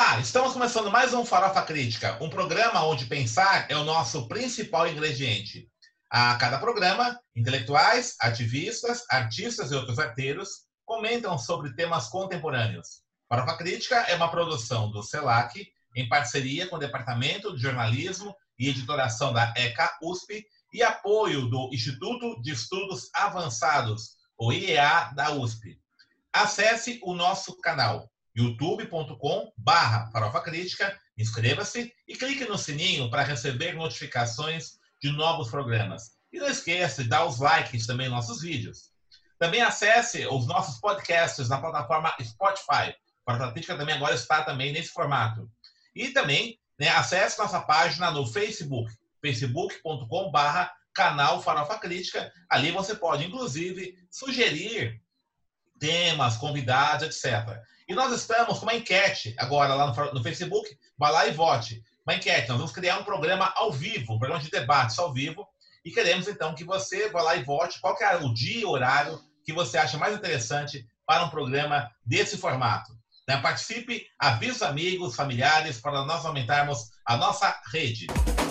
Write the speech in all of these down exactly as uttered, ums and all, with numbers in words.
Olá, estamos começando mais um Farofa Crítica, um programa onde pensar é o nosso principal ingrediente. A cada programa, intelectuais, ativistas, artistas e outros arteiros comentam sobre temas contemporâneos. Farofa Crítica é uma produção do CELAC, em parceria com o Departamento de Jornalismo e Editoração da ECA U S P e apoio do Instituto de Estudos Avançados, o I E A da U S P. Acesse o nosso canal youtube ponto com barra farofa crítica, inscreva-se e clique no sininho para receber notificações de novos programas. E não esqueça de dar os likes também nos nossos vídeos. Também acesse os nossos podcasts na plataforma Spotify. A Farofa Crítica também agora está também nesse formato. E também, né, acesse nossa página no Facebook, facebook ponto com barra canal Farofa Crítica. Ali você pode, inclusive, sugerir temas, convidados, etcétera. E nós estamos com uma enquete agora lá no, no Facebook. Vá lá e vote. Uma enquete. Nós vamos criar um programa ao vivo, um programa de debates ao vivo. E queremos, então, que você vá lá e vote qual que é o dia e horário que você acha mais interessante para um programa desse formato. Né? Participe, avise os amigos, familiares, para nós aumentarmos a nossa rede.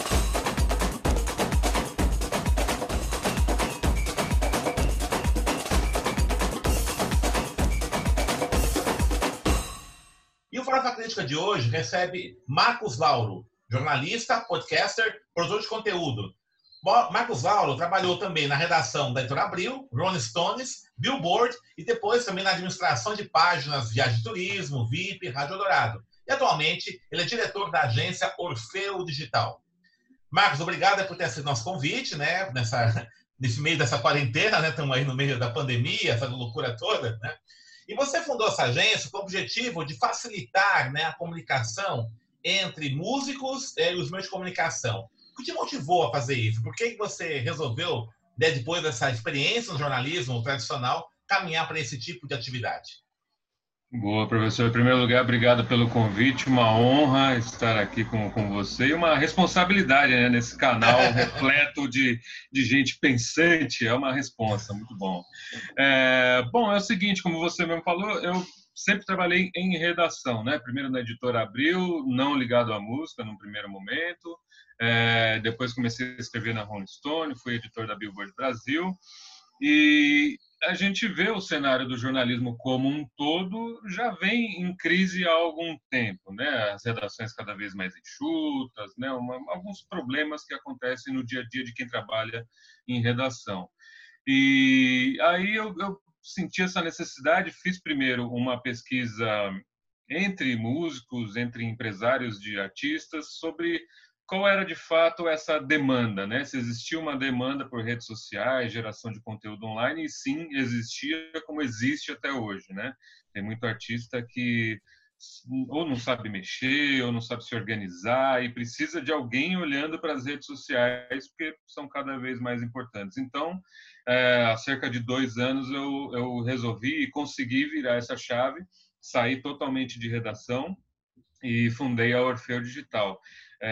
E o Farofa Crítica de hoje recebe Marcos Lauro, jornalista, podcaster, produtor de conteúdo. Marcos Lauro trabalhou também na redação da Editora Abril, Rolling Stones, Billboard e depois também na administração de páginas Viagem de Turismo, V I P, Rádio Dourado. E atualmente ele é diretor da agência Orfeu Digital. Marcos, obrigado por ter aceito nosso convite, né? Nessa, nesse meio dessa quarentena, né? Estamos aí no meio da pandemia, essa loucura toda, né? E você fundou essa agência com o objetivo de facilitar, né, a comunicação entre músicos e os meios de comunicação. O que te motivou a fazer isso? Por que você resolveu, né, depois dessa experiência no jornalismo tradicional, caminhar para esse tipo de atividade? Boa, professor. Em primeiro lugar, obrigado pelo convite. Uma honra estar aqui com, com você e uma responsabilidade, né, nesse canal repleto de, de gente pensante. É uma responsa, muito bom. É, bom, é o seguinte, como você mesmo falou, eu sempre trabalhei em redação, né? Primeiro na Editora Abril, não ligado à música num primeiro momento. É, depois comecei a escrever na Rolling Stone, fui editor da Billboard Brasil. E a gente vê o cenário do jornalismo como um todo já vem em crise há algum tempo, né? As redações cada vez mais enxutas, né? Uma, alguns problemas que acontecem no dia a dia de quem trabalha em redação. E aí eu, eu senti essa necessidade, fiz primeiro uma pesquisa entre músicos, entre empresários de artistas, sobre qual era de fato essa demanda, né? Se existia uma demanda por redes sociais, geração de conteúdo online, e sim, existia como existe até hoje, né? Tem muito artista que ou não sabe mexer, ou não sabe se organizar, e precisa de alguém olhando para as redes sociais, porque são cada vez mais importantes. Então, é, há cerca de dois anos, eu, eu resolvi e consegui virar essa chave, saí totalmente de redação e fundei a Orfeu Digital.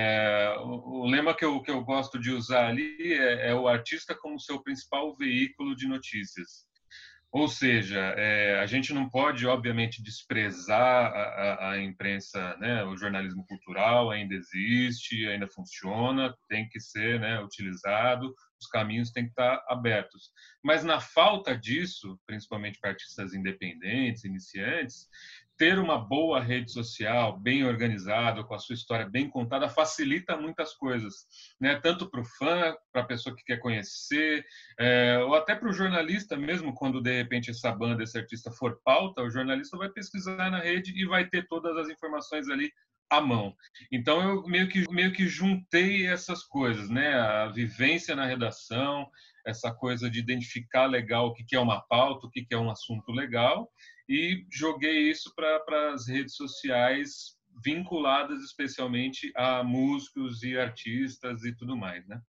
É, o, o lema que eu, que eu gosto de usar ali é, é o artista como seu principal veículo de notícias. Ou seja, é, a gente não pode, obviamente, desprezar a, a, a imprensa, né? O jornalismo cultural ainda existe, ainda funciona, tem que ser, né, utilizado, os caminhos têm que estar abertos. Mas na falta disso, principalmente para artistas independentes, iniciantes, ter uma boa rede social, bem organizada, com a sua história bem contada, facilita muitas coisas, né? Tanto para o fã, para a pessoa que quer conhecer, é, ou até para o jornalista mesmo, quando de repente essa banda, esse artista for pauta, o jornalista vai pesquisar na rede e vai ter todas as informações ali à mão. Então eu meio que meio que juntei essas coisas, né? A vivência na redação, essa coisa de identificar legal o que é uma pauta, o que é um assunto legal, e joguei isso para as redes sociais vinculadas especialmente a músicos e artistas e tudo mais, né?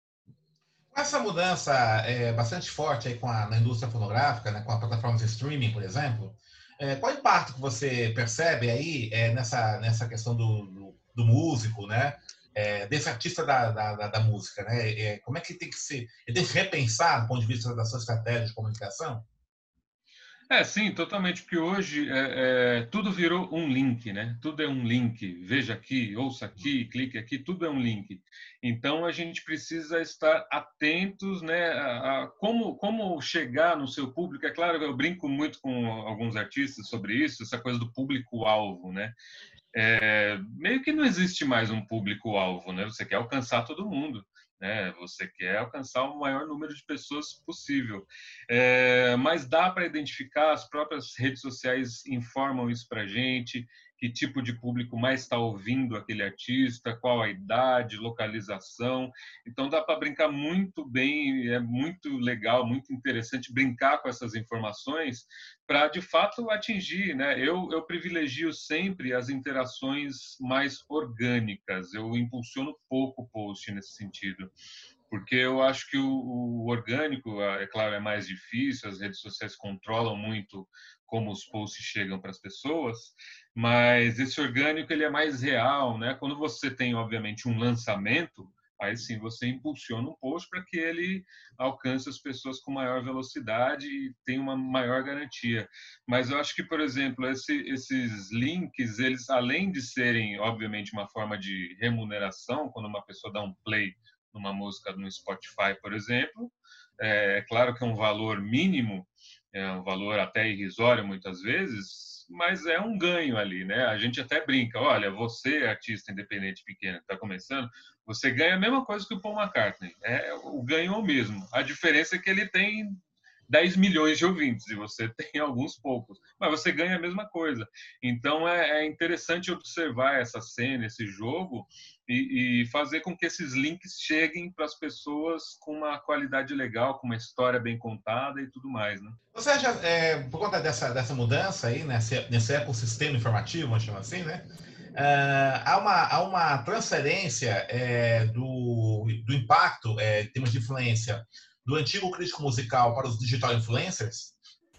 Essa mudança é bastante forte aí com a, na indústria fonográfica, né, com a plataforma de streaming, por exemplo. É, qual o impacto que você percebe aí é, nessa, nessa questão do, do, do músico, né? É, desse artista da, da, da música, né? É, como é que tem que ser? Ele tem que repensar do ponto de vista da sua estratégia de comunicação? É, sim, totalmente, porque hoje é, é, tudo virou um link, né? Tudo é um link. Veja aqui, ouça aqui, clique aqui, tudo é um link. Então a gente precisa estar atentos, né, a, a como, como chegar no seu público. É claro, eu brinco muito com alguns artistas sobre isso, essa coisa do público-alvo, né? É, meio que não existe mais um público-alvo, né? Você quer alcançar todo mundo, né? Você quer alcançar o maior número de pessoas possível. É, mas dá para identificar, as próprias redes sociais informam isso para a gente, que tipo de público mais está ouvindo aquele artista, qual a idade, localização. Então dá para brincar muito bem, é muito legal, muito interessante brincar com essas informações para de fato atingir, né? Eu, eu privilegio sempre as interações mais orgânicas. Eu impulsiono pouco o post nesse sentido, porque eu acho que o, o orgânico, é claro, é mais difícil. As redes sociais controlam muito como os posts chegam para as pessoas, mas esse orgânico ele é mais real, né? Quando você tem, obviamente, um lançamento, aí sim você impulsiona um post para que ele alcance as pessoas com maior velocidade e tenha uma maior garantia. Mas eu acho que, por exemplo, esse, esses links, eles além de serem, obviamente, uma forma de remuneração, quando uma pessoa dá um play numa música no Spotify, por exemplo, é, é claro que é um valor mínimo, é um valor até irrisório muitas vezes, mas é um ganho ali, né? A gente até brinca, olha, você, artista independente pequeno que está começando, você ganha a mesma coisa que o Paul McCartney. É, o ganho é o mesmo. A diferença é que ele tem dez milhões de ouvintes e você tem alguns poucos, mas você ganha a mesma coisa. Então é, é interessante observar essa cena, esse jogo e, e fazer com que esses links cheguem para as pessoas com uma qualidade legal, com uma história bem contada e tudo mais, né? Você acha, é, por conta dessa, dessa mudança aí, nesse, nesse ecossistema informativo, vamos chamar assim, né? Uh, há, uma, há uma transferência é, do, do impacto, é, em termos de influência, do antigo crítico musical para os digital influencers?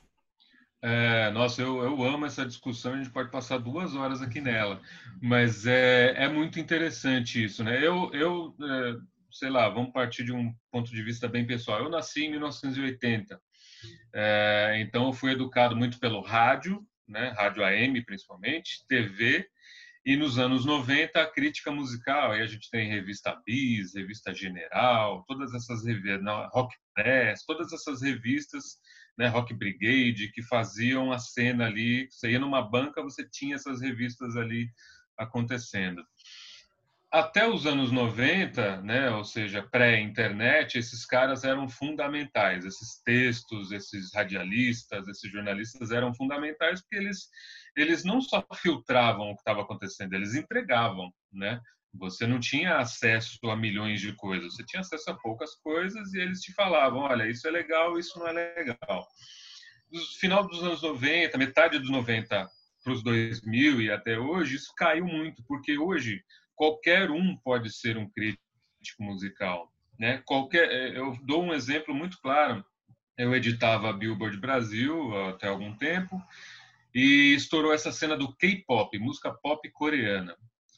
É, nossa, eu, eu amo essa discussão, a gente pode passar duas horas aqui nela, mas é, é muito interessante isso, né? Eu, eu é, sei lá, vamos partir de um ponto de vista bem pessoal. Eu nasci em mil novecentos e oitenta, é, então eu fui educado muito pelo rádio, né? Rádio A M principalmente, T V, e nos anos noventa a crítica musical. Aí a gente tem revista Bis, revista General, todas essas revistas, Rock Press, todas essas revistas, né, Rock Brigade, que faziam a cena ali. Você ia numa banca, você tinha essas revistas ali acontecendo. Até os anos noventa, né, ou seja, pré-internet, esses caras eram fundamentais. Esses textos, esses radialistas, esses jornalistas eram fundamentais porque eles, eles não só filtravam o que estava acontecendo, eles entregavam, né? Você não tinha acesso a milhões de coisas, você tinha acesso a poucas coisas e eles te falavam, olha, isso é legal, isso não é legal. No final dos anos noventa, metade dos noventa para os dois mil e até hoje, isso caiu muito, porque hoje qualquer um pode ser um crítico musical, né? Qualquer, eu dou um exemplo muito claro. Eu editava a Billboard Brasil até algum tempo e estourou essa cena do K-pop, música pop coreana.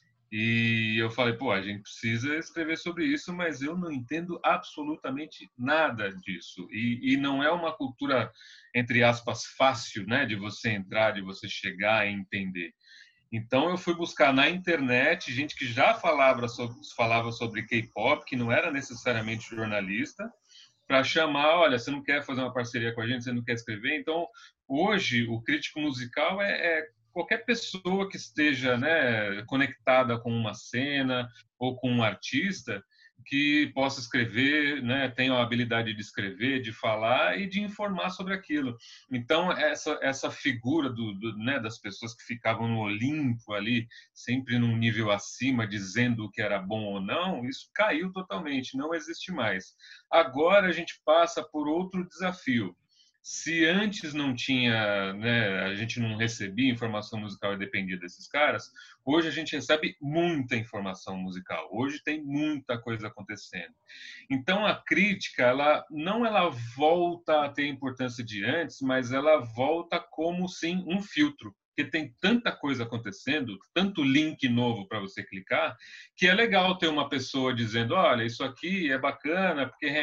E eu falei, pô, a gente precisa escrever sobre isso, mas eu não entendo absolutamente nada disso. E, e não é uma cultura, entre aspas, fácil, né, de você entrar, de você chegar e entender. Então eu fui buscar na internet gente que já falava sobre, falava sobre K-pop, que não era necessariamente jornalista, para chamar, olha, você não quer fazer uma parceria com a gente, você não quer escrever? Então, hoje, o crítico musical é, é qualquer pessoa que esteja, né, conectada com uma cena ou com um artista que possa escrever, né, tenha a habilidade de escrever, de falar e de informar sobre aquilo. Então, essa, essa figura do, do, né, das pessoas que ficavam no Olimpo ali, sempre num nível acima, dizendo o que era bom ou não, isso caiu totalmente, não existe mais. Agora a gente passa por outro desafio. Se antes não tinha, né, a gente não recebia informação musical e dependia desses caras, hoje a gente recebe muita informação musical. Hoje tem muita coisa acontecendo. Então a crítica, ela não ela volta a ter a importância de antes, mas ela volta como sim um filtro, porque tem tanta coisa acontecendo, tanto link novo para você clicar, que é legal ter uma pessoa dizendo, olha, isso aqui é bacana porque remete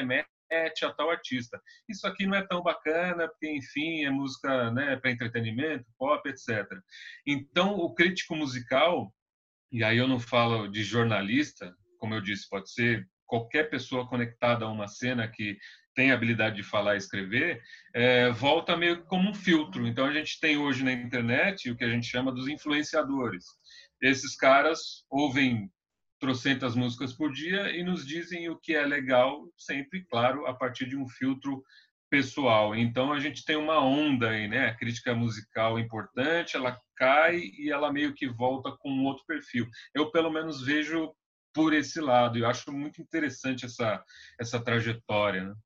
a tal artista. Isso aqui não é tão bacana, porque, enfim, é música, né, para entretenimento, pop, etcétera. Então, o crítico musical, e aí eu não falo de jornalista, como eu disse, pode ser qualquer pessoa conectada a uma cena que tem a habilidade de falar e escrever, é, volta meio que como um filtro. Então, a gente tem hoje na internet o que a gente chama dos influenciadores. Esses caras ouvem trocentas músicas por dia e nos dizem o que é legal, sempre, claro, a partir de um filtro pessoal. Então a gente tem uma onda aí, né? A crítica musical importante, ela cai e ela meio que volta com um outro perfil. Eu pelo menos vejo por esse lado e eu acho muito interessante essa essa trajetória, né?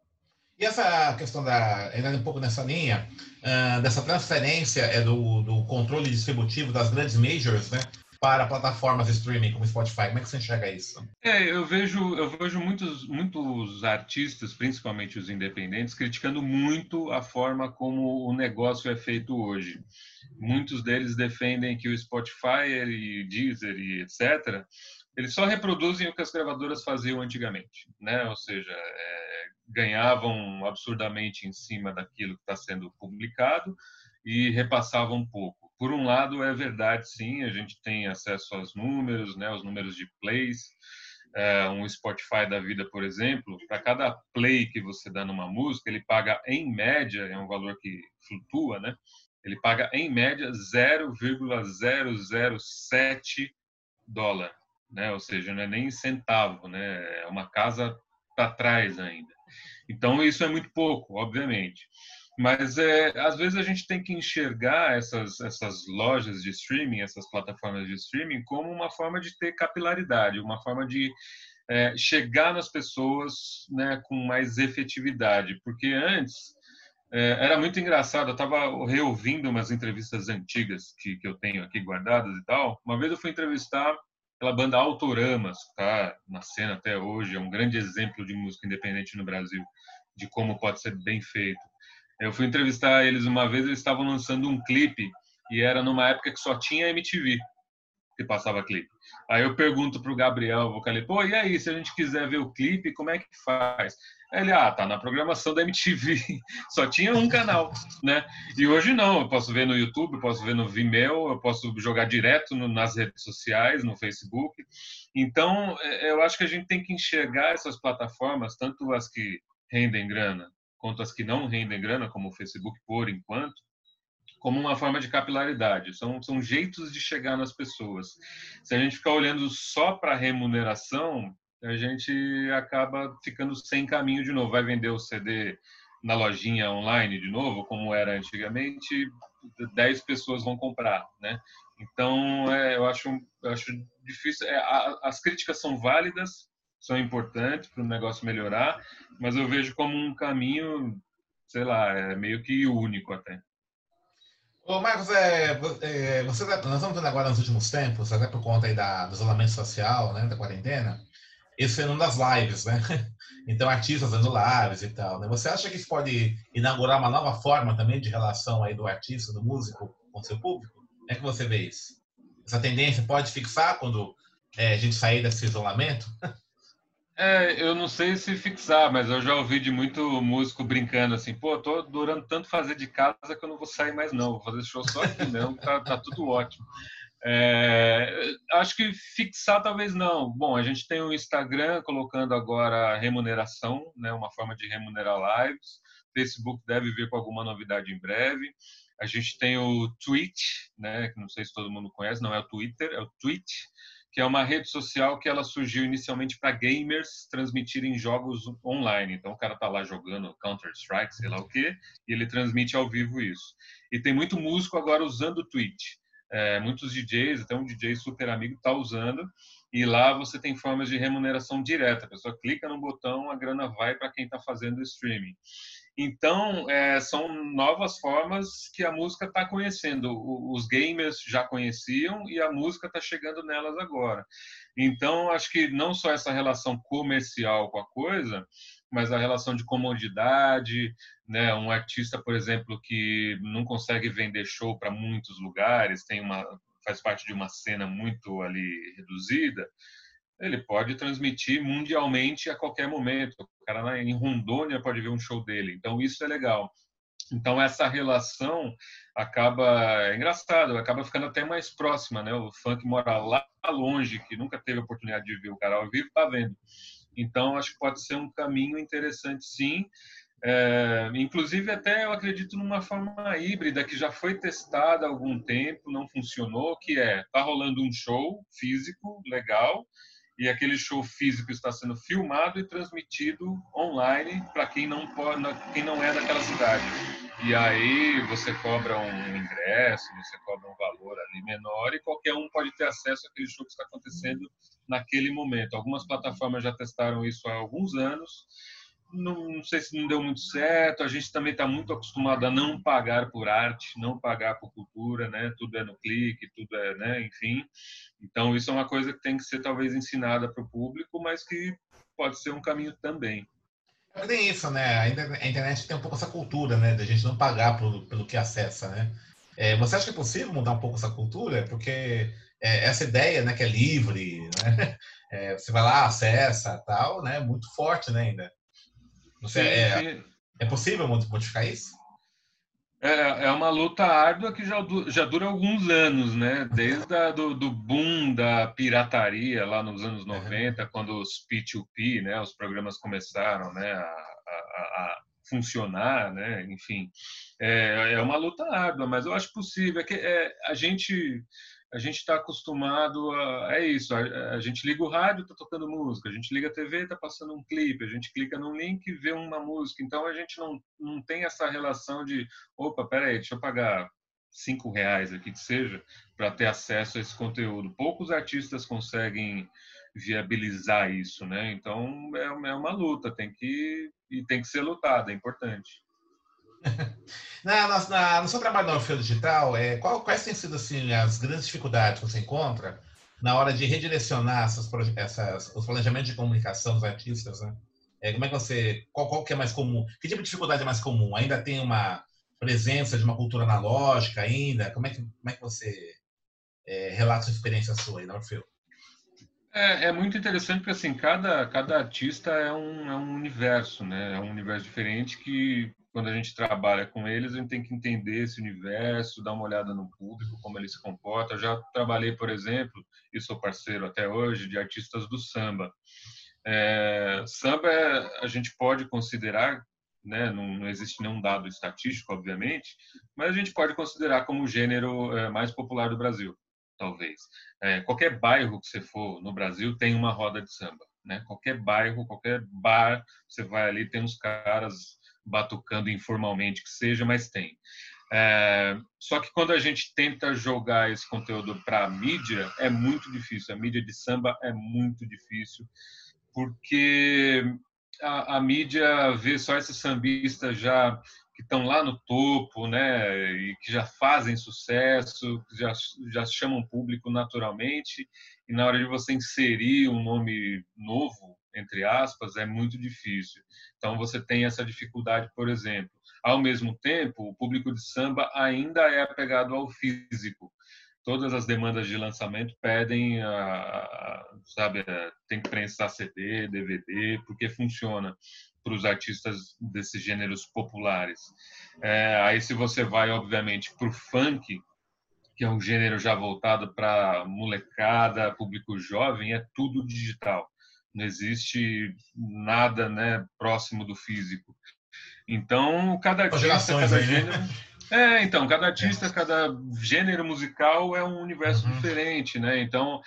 E essa questão da, ainda um pouco nessa linha, uh, dessa transferência é do, do controle distributivo das grandes majors, né, para plataformas de streaming como Spotify. Como é que você enxerga isso? É, eu vejo, eu vejo muitos, muitos artistas, principalmente os independentes, criticando muito a forma como o negócio é feito hoje. Muitos deles defendem que o Spotify e Deezer e etcétera, eles só reproduzem o que as gravadoras faziam antigamente, né? Ou seja, é, ganhavam absurdamente em cima daquilo que está sendo publicado e repassavam um pouco. Por um lado, é verdade, sim, a gente tem acesso aos números, né? Os números de plays. É, um Spotify da vida, por exemplo, para cada play que você dá numa música, ele paga em média, é um valor que flutua, né? Ele paga em média zero vírgula zero zero sete dólar, né? Ou seja, não é nem centavo, né? É uma casa para trás ainda. Então isso é muito pouco, obviamente. Mas é, às vezes a gente tem que enxergar essas essas lojas de streaming, essas plataformas de streaming, como uma forma de ter capilaridade, uma forma de é, chegar nas pessoas, né, com mais efetividade, porque antes é, era muito engraçado. Eu estava reouvindo umas entrevistas antigas que, que eu tenho aqui guardadas e tal. Uma vez eu fui entrevistar aquela banda Autoramas, que tá na cena até hoje, é um grande exemplo de música independente no Brasil, de como pode ser bem feito. Eu fui entrevistar eles uma vez, eles estavam lançando um clipe e era numa época que só tinha M T V que passava clipe. Aí eu pergunto pro Gabriel, o vocalista, pô, e aí, se a gente quiser ver o clipe, como é que faz? Ele, ah, tá na programação da M T V, só tinha um canal, né? E hoje não, eu posso ver no YouTube, eu posso ver no Vimeo, eu posso jogar direto no, nas redes sociais, no Facebook. Então, eu acho que a gente tem que enxergar essas plataformas, tanto as que rendem grana, quanto as que não rendem grana, como o Facebook, por enquanto, como uma forma de capilaridade. São, são jeitos de chegar nas pessoas. Se a gente ficar olhando só para a remuneração, a gente acaba ficando sem caminho de novo. Vai vender o C D na lojinha online de novo, como era antigamente, dez pessoas vão comprar, né? Então, é, eu, acho, eu acho difícil. É, a, as críticas são válidas, são importantes para o negócio melhorar, mas eu vejo como um caminho, sei lá, é meio que único até. Ô, Marcos, é, é, você, nós estamos vendo agora nos últimos tempos, até por conta aí da, do isolamento social, né, da quarentena, esse fenômeno das lives, né? Então, artistas fazendo lives e tal, né? Você acha que isso pode inaugurar uma nova forma também de relação aí do artista, do músico com seu público? Como é que você vê isso? Essa tendência pode fixar quando é, a gente sair desse isolamento? É, eu não sei se fixar, mas eu já ouvi de muito músico brincando assim, pô, tô adorando tanto fazer de casa que eu não vou sair mais não, vou fazer show só aqui mesmo, tá, tá tudo ótimo. É, acho que fixar talvez não. Bom, a gente tem o Instagram colocando agora remuneração, né, uma forma de remunerar lives. Facebook deve vir com alguma novidade em breve. A gente tem o Twitch, né, que não sei se todo mundo conhece, não é o Twitter, é o Twitch, que é uma rede social que ela surgiu inicialmente para gamers transmitirem jogos online. Então o cara tá lá jogando Counter-Strike, sei lá o quê, e ele transmite ao vivo isso. E tem muito músico agora usando o Twitch. É, muitos D Js, até um D J super amigo está usando, e lá você tem formas de remuneração direta. A pessoa clica no botão, a grana vai para quem está fazendo o streaming. Então, é, são novas formas que a música está conhecendo. Os gamers já conheciam e a música está chegando nelas agora. Então, acho que não só essa relação comercial com a coisa, mas a relação de comodidade, né? Um artista, por exemplo, que não consegue vender show para muitos lugares, tem uma, faz parte de uma cena muito ali reduzida, ele pode transmitir mundialmente a qualquer momento. O cara em Rondônia pode ver um show dele. Então, isso é legal. Então, essa relação acaba, é engraçado, acaba ficando até mais próxima, né? O fã que mora lá longe, que nunca teve a oportunidade de ver o cara ao vivo, está vendo. Então, acho que pode ser um caminho interessante, sim. É, inclusive, até eu acredito numa forma híbrida que já foi testada há algum tempo, não funcionou, que é, tá rolando um show físico, legal, e aquele show físico está sendo filmado e transmitido online para quem não pode, quem não é daquela cidade. E aí você cobra um ingresso, você cobra um valor ali menor e qualquer um pode ter acesso àquele show que está acontecendo naquele momento. Algumas plataformas já testaram isso há alguns anos. Não, não sei se não deu muito certo. A gente também está muito acostumado a não pagar por arte, não pagar por cultura, né? Tudo é no clique, tudo é, né? Enfim. Então isso é uma coisa que tem que ser talvez ensinada para o público, mas que pode ser um caminho também. Tem isso, né? A internet tem um pouco essa cultura, né? Da gente não pagar pelo, pelo que acessa, né? É, você acha que é possível mudar um pouco essa cultura? Porque é, essa ideia, né, que é livre, né? É, você vai lá, acessa, tal, né? Muito forte, né, ainda. Você, Sim, é, sim. é possível modificar isso? É, é uma luta árdua que já, já dura alguns anos, né? Desde a, do, do boom da pirataria lá nos anos Uhum. noventa, quando os P dois P, né, os programas começaram, né, a, a, a funcionar, né? Enfim, é, é uma luta árdua, mas eu acho possível. É que é, a gente a gente está acostumado a é isso. A, a gente liga o rádio, está tocando música. A gente liga a T V, está passando um clipe. A gente clica num link e vê uma música. Então a gente não não tem essa relação de opa, peraí, deixa eu pagar cinco reais aqui que seja para ter acesso a esse conteúdo. Poucos artistas conseguem viabilizar isso, né? Então é, é uma luta, tem que e tem que ser lutada, é importante. Na, na, na, no seu trabalho na Orfeu Digital, é, qual, quais têm sido assim, as grandes dificuldades que você encontra na hora de redirecionar essas, essas, os planejamentos de comunicação dos artistas, né? É, como é que você, qual, qual que é mais comum? Que tipo de dificuldade é mais comum? Ainda tem uma presença de uma cultura analógica ainda? Como é que, como é que você é, relata sua experiência sua aí na Orfeu? É, é muito interessante porque assim cada cada artista é um, é um universo, né? É um universo diferente que quando a gente trabalha com eles a gente tem que entender esse universo, dar uma olhada no público, como ele se comporta. Eu já trabalhei, por exemplo, e sou parceiro até hoje de artistas do samba. É, samba é, a gente pode considerar, né? Não, não existe nenhum dado estatístico, obviamente, mas a gente pode considerar como o gênero é, mais popular do Brasil, talvez. É, qualquer bairro que você for no Brasil tem uma roda de samba, né? Qualquer bairro, qualquer bar, você vai ali, tem uns caras batucando informalmente que seja, mas tem. É, só que quando a gente tenta jogar esse conteúdo para a mídia, é muito difícil. A mídia de samba é muito difícil, porque a, a mídia vê só esses sambistas já que estão lá no topo, né, e que já fazem sucesso, que já, já chamam público naturalmente, e na hora de você inserir um nome novo, entre aspas, é muito difícil. Então você tem essa dificuldade, por exemplo. Ao mesmo tempo, o público de samba ainda é apegado ao físico. Todas as demandas de lançamento pedem, a, a, sabe, a, tem que prensar C D, D V D, porque funciona para os artistas desses gêneros populares. É, aí, se você vai, obviamente, para o funk, que é um gênero já voltado para molecada, público jovem, é tudo digital. Não existe nada, né, próximo do físico. Então, cada São artista, gerações cada aí, né? gênero é, então, cada É. artista, cada gênero musical é um universo Uhum. diferente, né? Então,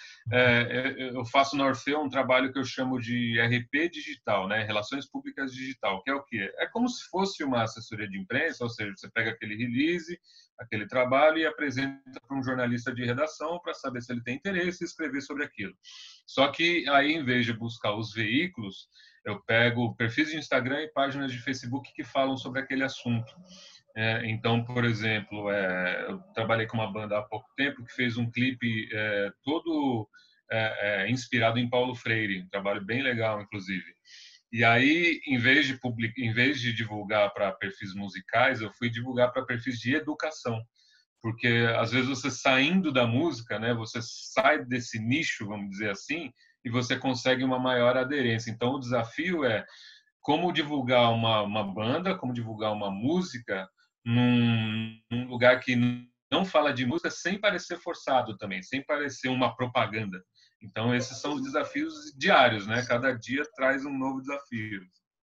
é, eu faço no Orfeu um trabalho que eu chamo de R P digital, né? Relações Públicas Digital, que é o quê? É como se fosse uma assessoria de imprensa, ou seja, você pega aquele release, aquele trabalho e apresenta para um jornalista de redação para saber se ele tem interesse e escrever sobre aquilo. Só que aí, em vez de buscar os veículos, eu pego perfis de Instagram e páginas de Facebook que falam sobre aquele assunto. É, então, por exemplo, é, eu trabalhei com uma banda há pouco tempo que fez um clipe é, todo é, é, inspirado em Paulo Freire, um trabalho bem legal, inclusive. E aí, em vez de, public... em vez de divulgar para perfis musicais, eu fui divulgar para perfis de educação, porque às vezes você saindo da música, né, você sai desse nicho, vamos dizer assim, e você consegue uma maior aderência. Então, o desafio é como divulgar uma, uma banda, como divulgar uma música num, num lugar que não fala de música sem parecer forçado também, sem parecer uma propaganda. Então, esses são os desafios diários, né? Cada dia traz um novo desafio.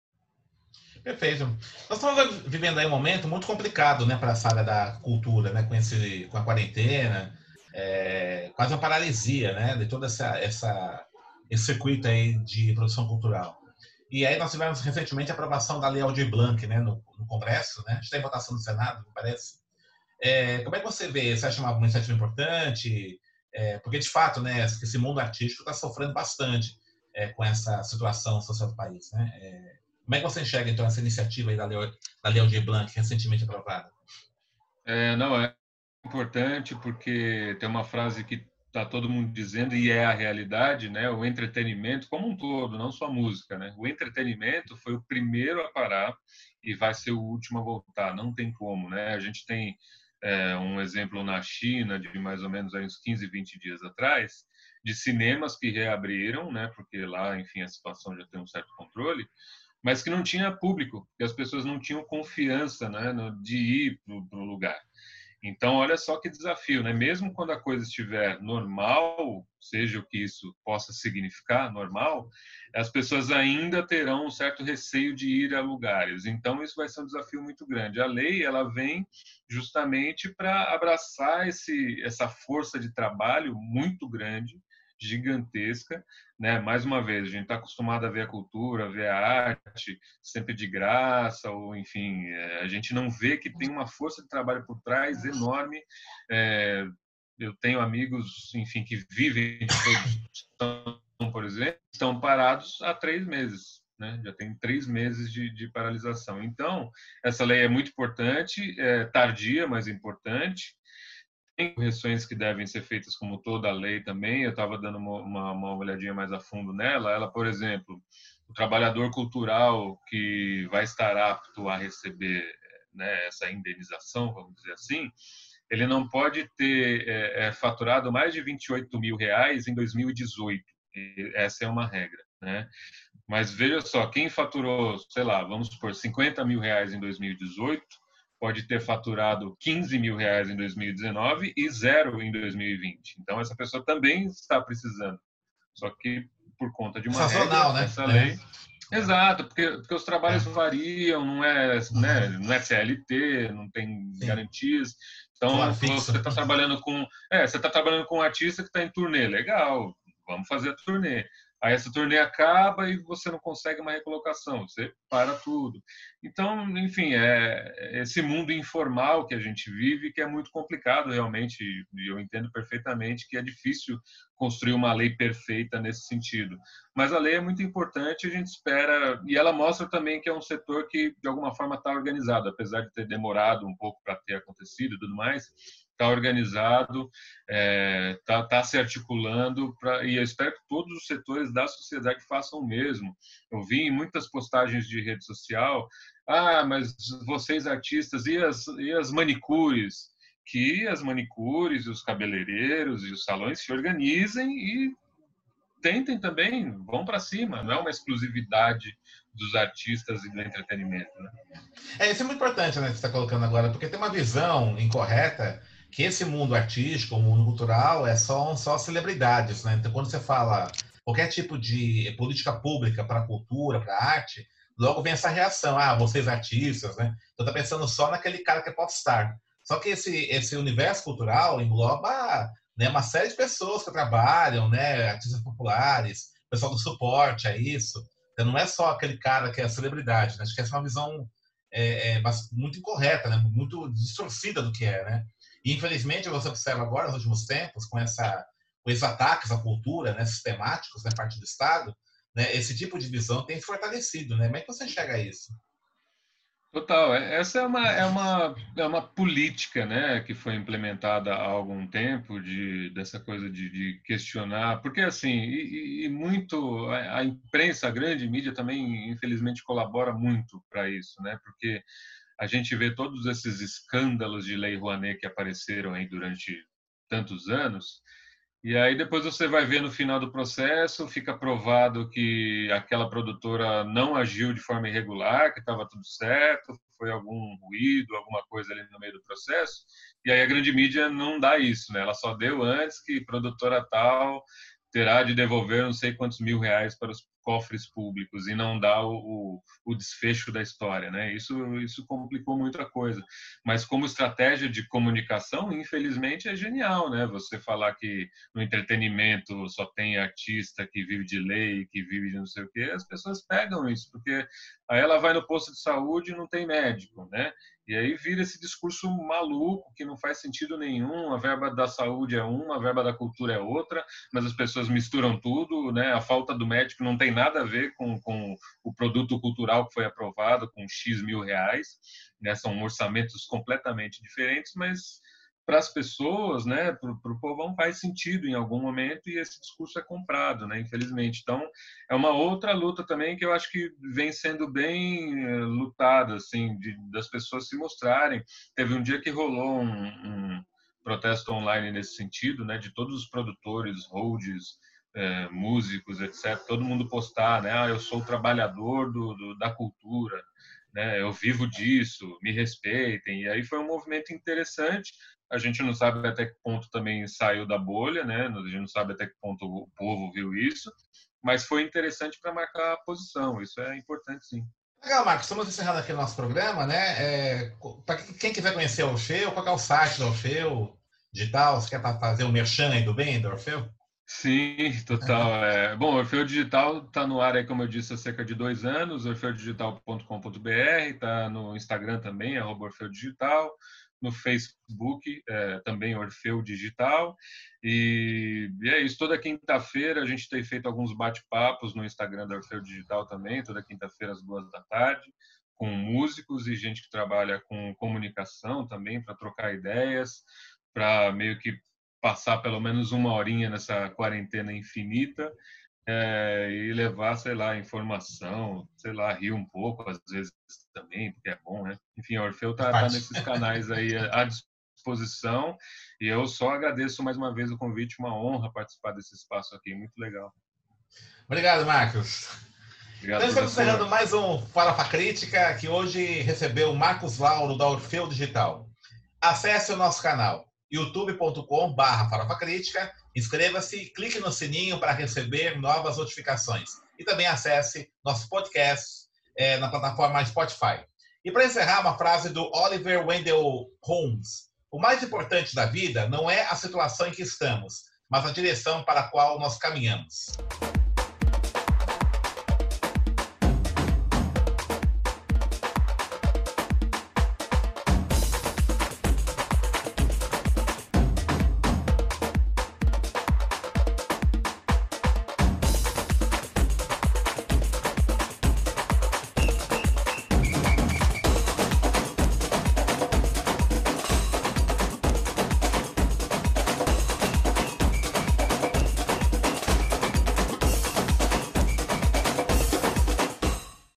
Perfeito. Nós estamos vivendo aí um momento muito complicado, né, para essa área da cultura, né, com, esse, com a quarentena, é, quase uma paralisia, né, de todo essa, essa, esse circuito aí de produção cultural. E aí nós tivemos recentemente a aprovação da Lei Aldir Blanc, né, no, no Congresso, né, está em votação no Senado, me parece. É, como é que você vê? Você acha uma iniciativa importante? É, porque, de fato, né, esse mundo artístico está sofrendo bastante é, com essa situação social do país, né? É, como é que você enxerga, então, essa iniciativa aí da Lei, da Lei Aldir Blanc, recentemente aprovada? É, não, é importante porque tem uma frase que está todo mundo dizendo e é a realidade, né? O entretenimento como um todo, não só a música, né? O entretenimento foi o primeiro a parar e vai ser o último a voltar, não tem como, né? A gente tem é, um exemplo na China de mais ou menos aí uns quinze, vinte dias atrás, de cinemas que reabriram, né? Porque lá, enfim, a situação já tem um certo controle, mas que não tinha público, que as pessoas não tinham confiança, né, de ir para o lugar. Então, olha só que desafio, né? Mesmo quando a coisa estiver normal, seja o que isso possa significar, normal, as pessoas ainda terão um certo receio de ir a lugares. Então, isso vai ser um desafio muito grande. A lei, ela vem justamente para abraçar esse, essa força de trabalho muito grande, gigantesca, né? Mais uma vez, a gente está acostumado a ver a cultura, a ver a arte sempre de graça, ou enfim, a gente não vê que tem uma força de trabalho por trás enorme. É, eu tenho amigos, enfim, que vivem de produção, por exemplo, estão parados há três meses. Né? Já tem três meses de, de paralisação. Então, essa lei é muito importante, é tardia, mas importante. Tem correções que devem ser feitas como toda a lei também. Eu estava dando uma, uma, uma olhadinha mais a fundo nela. Ela, por exemplo, o trabalhador cultural que vai estar apto a receber, né, essa indenização, vamos dizer assim, ele não pode ter é, é, faturado mais de vinte e oito mil reais em dois mil e dezoito. E essa é uma regra, né? Mas veja só, quem faturou, sei lá, vamos supor, cinquenta mil reais em dois mil e dezoito, pode ter faturado quinze mil reais em dois mil e dezenove e zero em dois mil e vinte. Então, essa pessoa também está precisando. Só que, por conta de uma Sazonal, regra, né? essa É. lei... Exato, porque, porque os trabalhos É. variam, não é, né, não é C L T, não tem Sim. garantias. Salário Então, fixo. você está trabalhando com... É, você está trabalhando com um artista que está em turnê. Legal, vamos fazer a turnê. Aí essa turnê acaba e você não consegue uma recolocação, você para tudo. Então, enfim, é esse mundo informal que a gente vive que é muito complicado realmente, e eu entendo perfeitamente que é difícil construir uma lei perfeita nesse sentido. Mas a lei é muito importante, a gente espera, e ela mostra também que é um setor que de alguma forma está organizado, apesar de ter demorado um pouco para ter acontecido e tudo mais, está organizado, está é, tá, tá se articulando, pra, e eu espero que todos os setores da sociedade façam o mesmo. Eu vi em muitas postagens de rede social, ah, mas vocês artistas, e as, e as manicures? Que as manicures, os cabeleireiros e os salões se organizem e tentem também, vão para cima, não é uma exclusividade dos artistas e do entretenimento. Né? É, isso é muito importante, né, que você está colocando agora, porque tem uma visão incorreta que esse mundo artístico, o mundo cultural, é só, só celebridades, né? Então, quando você fala qualquer tipo de política pública para a cultura, para a arte, logo vem essa reação, ah, vocês artistas, né? Então tá pensando só naquele cara que é popstar. Só que esse, esse universo cultural engloba, né, uma série de pessoas que trabalham, né, artistas populares, pessoal do suporte a isso. Então não é só aquele cara que é celebridade, né? Acho que essa é uma visão é, é, muito incorreta, né? Muito distorcida do que é, né? E, infelizmente, você observa agora, nos últimos tempos, com, essa, com esses ataques à cultura, né, sistemáticos, na, né, parte do Estado, né, esse tipo de visão tem se fortalecido, né? Como é que você enxerga isso? Total, essa é uma, é uma, é uma política, né, que foi implementada há algum tempo de, dessa coisa de, de questionar, porque assim, e, e muito, a, a imprensa, a grande mídia também, infelizmente, colabora muito para isso, né, porque a gente vê todos esses escândalos de Lei Rouanet que apareceram aí durante tantos anos, E aí depois você vai ver no final do processo, fica provado que aquela produtora não agiu de forma irregular, que estava tudo certo, foi algum ruído, alguma coisa ali no meio do processo. E aí a grande mídia não dá isso, né? Ela só deu antes que produtora tal terá de devolver não sei quantos mil reais para os cofres públicos e não dá o, o, o desfecho da história, né? Isso, isso complicou muito a coisa. Mas como estratégia de comunicação, infelizmente, é genial, né? Você falar que no entretenimento só tem artista que vive de lei, que vive de não sei o quê, as pessoas pegam isso, porque aí ela vai no posto de saúde e não tem médico, né? E aí vira esse discurso maluco que não faz sentido nenhum. A verba da saúde é uma, a verba da cultura é outra, mas as pessoas misturam tudo, né? A falta do médico não tem nada a ver com, com o produto cultural que foi aprovado, com X mil reais, né? São orçamentos completamente diferentes, mas para as pessoas, né, para o povão faz sentido em algum momento e esse discurso é comprado, né, infelizmente. Então, é uma outra luta também que eu acho que vem sendo bem uh, lutada, assim, de, das pessoas se mostrarem. Teve um dia que rolou um, um protesto online nesse sentido, né, de todos os produtores, holds, eh, músicos, etcétera, todo mundo postar, né, ah, eu sou o trabalhador do, do, da cultura, né, eu vivo disso, me respeitem. E aí foi um movimento interessante. A gente não sabe até que ponto também saiu da bolha, né? A gente não sabe até que ponto o povo viu isso, mas foi interessante para marcar a posição. Isso é importante, sim. Legal, Marcos. Estamos encerrando aqui o nosso programa, né? É, para quem quiser conhecer o Orfeu, qual é o site do Orfeu Digital? Você quer fazer o merchan aí do bem do Orfeu? Sim, total. É... Bom, o Orfeu Digital está no ar aí, como eu disse, há cerca de dois anos, orfeu digital ponto com ponto b r, está no Instagram também, arroba Orfeu Digital, no Facebook é, também Orfeu Digital, e, e é isso, toda quinta-feira a gente tem feito alguns bate-papos no Instagram da Orfeu Digital também, toda quinta-feira às duas da tarde, com músicos e gente que trabalha com comunicação também, para trocar ideias, para meio que passar pelo menos uma horinha nessa quarentena infinita é, e levar, sei lá, informação, sei lá, rir um pouco, às vezes também, porque é bom, né? Enfim, o Orfeu tá, tá nesses canais aí à disposição e eu só agradeço mais uma vez o convite, uma honra participar desse espaço aqui, muito legal. Obrigado, Marcos. Obrigado, Então estamos professor. encerrando mais um Farofa Crítica, que hoje recebeu o Marcos Lauro da Orfeu Digital. Acesse o nosso canal youtube ponto com barra Farofa Crítica, inscreva-se e clique no sininho para receber novas notificações. E também acesse nosso podcast é, na plataforma Spotify. E para encerrar, uma frase do Oliver Wendell Holmes. O mais importante da vida não é a situação em que estamos, mas a direção para a qual nós caminhamos.